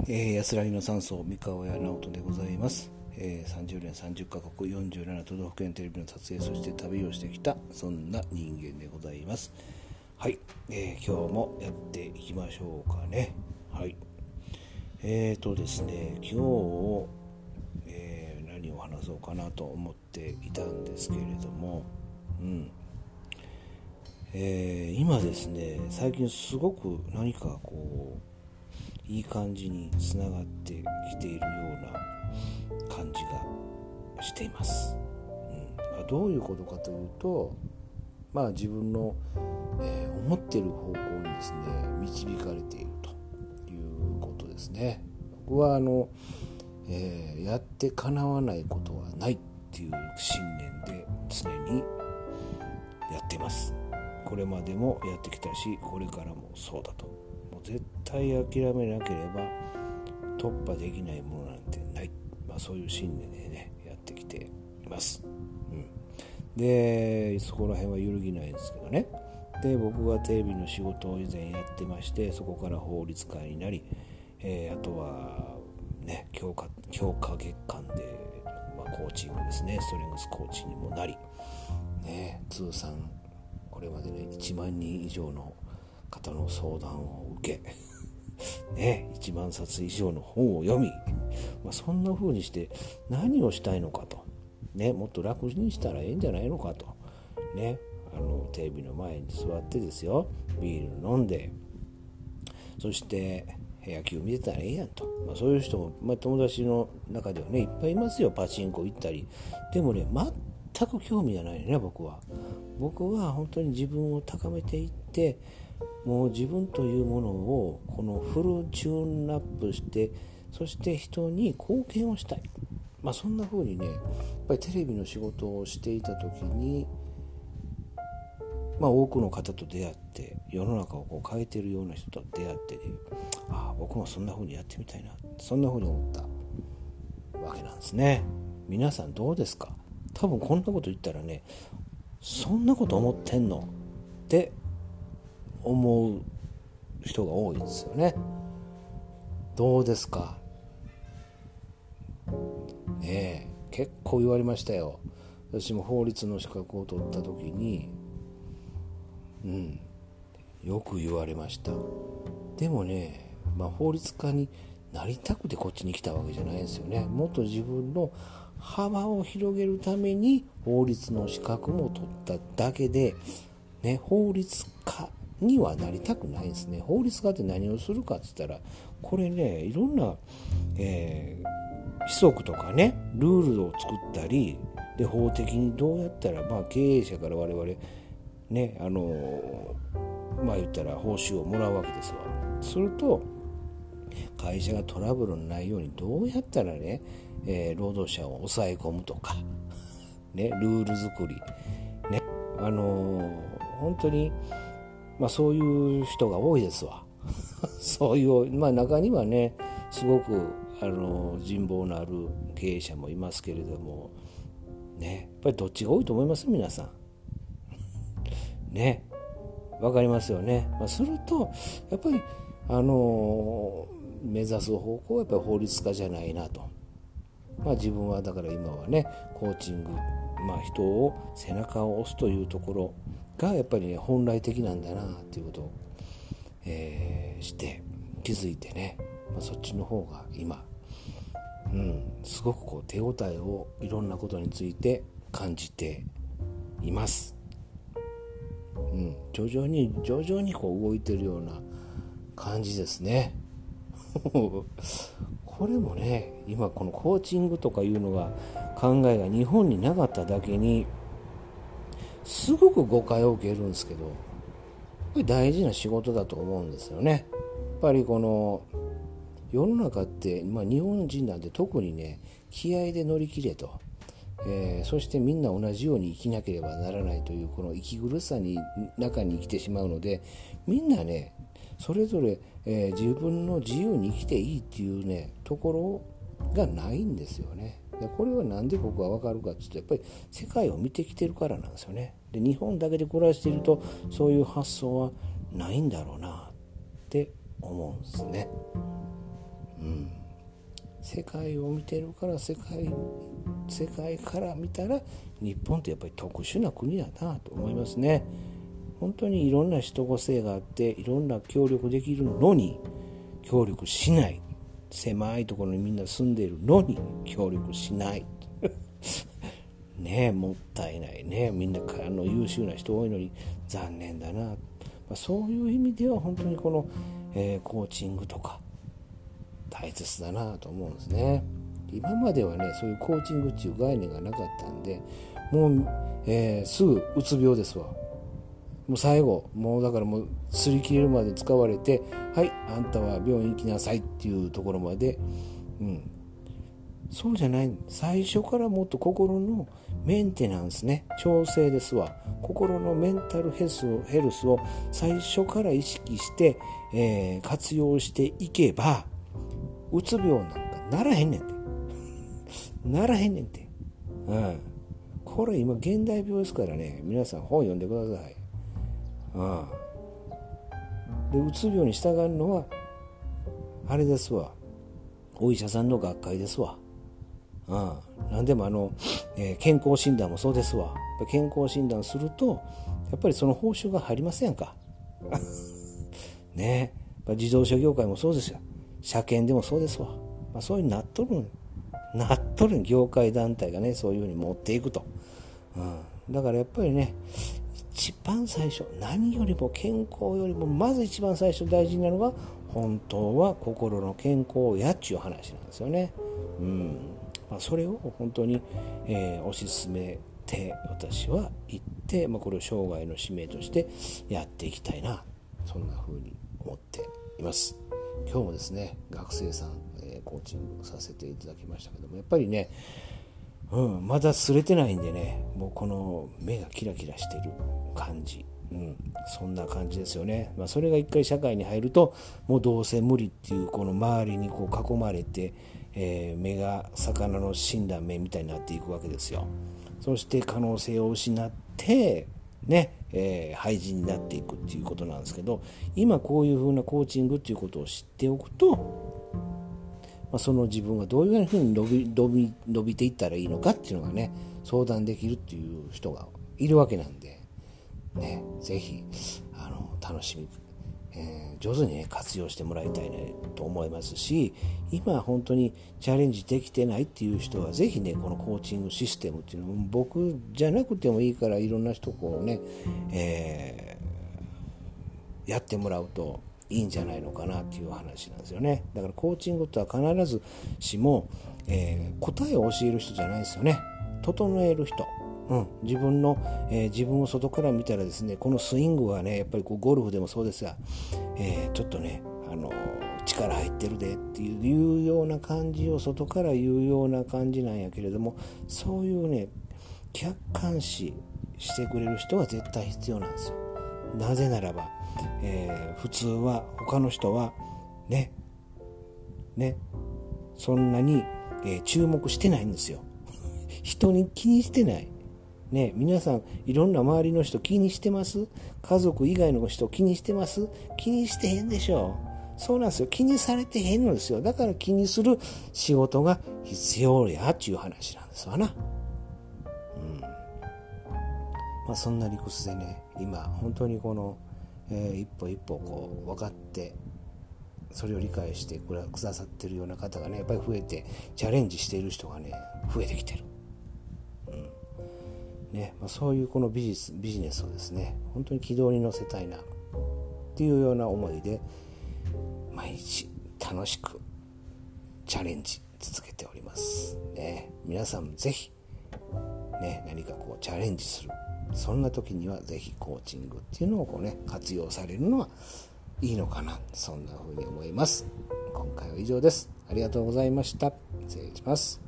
安らぎの山荘三河屋直人でございます。30年30カ国47都道府県テレビの撮影、そして旅をしてきたそんな人間でございます。はい、今日もやっていきましょうかね。はい、ですね、今日、何を話そうかなと思っていたんですけれども、今ですね、最近すごく何かいい感じにつながってきているような感じがしています。どういうことかというと、自分の、思っている方向にですね導かれているということですね。僕はやって叶わないことはないっていう信念で常にやっています。これまでもやってきたし、これからもそうだと。もう絶対諦めなければ突破できないものなんてない、そういう信念でねやってきています。でそこら辺は揺るぎないんですけどね。で僕はテレビの仕事を以前やってまして、そこから法律家になり、あとはね強化月間で、コーチングですね、ストレングスコーチにもなり、通算これまでね1万人以上の方の相談を受け1万冊以上の本を読み、そんな風にして何をしたいのかと、もっと楽にしたらいいんじゃないのかとテレビの前に座ってですよ、ビール飲んで、そして野球見てたらいいやんと、そういう人も、友達の中ではねいっぱいいますよ。パチンコ行ったり。でもね全く興味がないね。僕は本当に自分を高めていって、もう自分というものをこのフルチューンアップして、そして人に貢献をしたい、そんな風にねやっぱりテレビの仕事をしていた時に、多くの方と出会って、世の中を変えているような人と出会って、僕もそんな風にやってみたいな、そんな風に思ったわけなんですね。皆さんどうですか？多分こんなこと言ったらね、そんなこと思ってんのって思う人が多いですよね。どうですか？結構言われましたよ。私も法律の資格を取った時によく言われました。でもね、法律家になりたくてこっちに来たわけじゃないですよね。もっと自分の幅を広げるために法律の資格も取っただけで、法律家にはなりたくないですね。法律家って何をするかって言ったら、これねいろんな、規則とかねルールを作ったりで、法的にどうやったら、経営者から我々言ったら報酬をもらうわけですわ。すると会社がトラブルのないようにどうやったら労働者を抑え込むとかルール作り本当にそういう人が多いですわそういう、中にはねすごく人望のある経営者もいますけれどもやっぱりどっちが多いと思います？皆さんわかりますよね。するとやっぱり目指す方向はやっぱり法律家じゃないなと。自分はだから今はコーチング、人を背中を押すというところがやっぱり本来的なんだなっていうことを、して気づいてそっちの方が今、すごく手応えをいろんなことについて感じています。徐々に動いてるような感じですねこれも今このコーチングとかいうのが考えが日本になかっただけにすごく誤解を受けるんですけど、これ大事な仕事だと思うんですよね。やっぱりこの世の中って、日本人なんて特に気合で乗り切れと、そしてみんな同じように生きなければならないというこの息苦しさに中に生きてしまうので、みんなそれぞれ、自分の自由に生きていいっていうところがないんですよね。でこれはなんで僕は分かるかっていうと、やっぱり世界を見てきてるからなんですよね。で日本だけで暮らしているとそういう発想はないんだろうなって思うんですね。 世界を見てるから世界から見たら日本ってやっぱり特殊な国だなと思いますね。本当にいろんな人個性があっていろんな協力できるのに協力しない、狭いところにみんな住んでいるのに協力しないねえ、もったいないね。みんな優秀な人多いのに残念だな、そういう意味では本当にこの、コーチングとか大切だなと思うんですね。今まではねそういうコーチングっていう概念がなかったんでもう、すぐうつ病ですわ。もう最後もうだからもう擦り切れるまで使われて、はいあんたは病院行きなさいっていうところまで、そうじゃない。最初からもっと心のメンテナンスね、調整ですわ。心のメンタルヘルスを最初から意識して、活用していけばうつ病なんかならへんねんてならへんねんて、これ今現代病ですからね、皆さん本読んでください。でうつ病に従うのはあれですわ、お医者さんの学会ですわ。何でも健康診断もそうですわ。健康診断するとやっぱりその報酬が入りませんかねえ、自動車業界もそうですよ。車検でもそうですわ。そういうなっとる業界団体がねそういうふうに持っていくと、だからやっぱりね一番最初何よりも健康よりもまず一番最初大事なのが本当は心の健康やっちゅう話なんですよね。それを本当に、推し進めて私は言って、これを生涯の使命としてやっていきたいな、そんな風に思っています。今日もですね学生さん、コーチングさせていただきましたけども、やっぱりね、まだ擦れてないんでね、もうこの目がキラキラしてる感じ、そんな感じですよね。それが一回社会に入るともうどうせ無理っていうこの周りにこう囲まれて、目が魚の死んだ目みたいになっていくわけですよ。そして可能性を失ってね、廃人になっていくっていうことなんですけど、今こういう風なコーチングっていうことを知っておくと、その自分がどういうふうに伸びていったらいいのかっていうのがね相談できるっていう人がいるわけなんでね、ぜひ楽しみ、上手にね活用してもらいたいねと思いますし、今本当にチャレンジできてないっていう人はぜひねこのコーチングシステムっていうのを僕じゃなくてもいいからいろんな人こうね、やってもらうといいんじゃないのかなっていう話なんですよね。だからコーチングとは必ずしも、答えを教える人じゃないですよね。整える人、自分を外から見たらですね、このスイングはねやっぱりこうゴルフでもそうですが、ちょっとね力入ってるでっていうような感じを外から言うような感じなんやけれども、そういうね客観視してくれる人は絶対必要なんですよ。なぜならば普通は他の人はねそんなに、注目してないんですよ人に気にしてないね。皆さんいろんな周りの人気にしてます？家族以外の人気にしてます？気にしてへんでしょ。そうなんですよ、気にされてへんのですよ。だから気にする仕事が必要やっていう話なんですわな。そんな理屈でね今本当にこの一歩一歩こう分かってそれを理解してくださってるような方がねやっぱり増えて、チャレンジしている人がね増えてきてる、そういうこのビジネスをですね本当に軌道に乗せたいなっていうような思いで毎日楽しくチャレンジ続けておりますね。皆さんもぜひね何かこうチャレンジする、そんな時にはぜひコーチングっていうのをこうね活用されるのはいいのかな、そんな風に思います。今回は以上です。ありがとうございました。失礼します。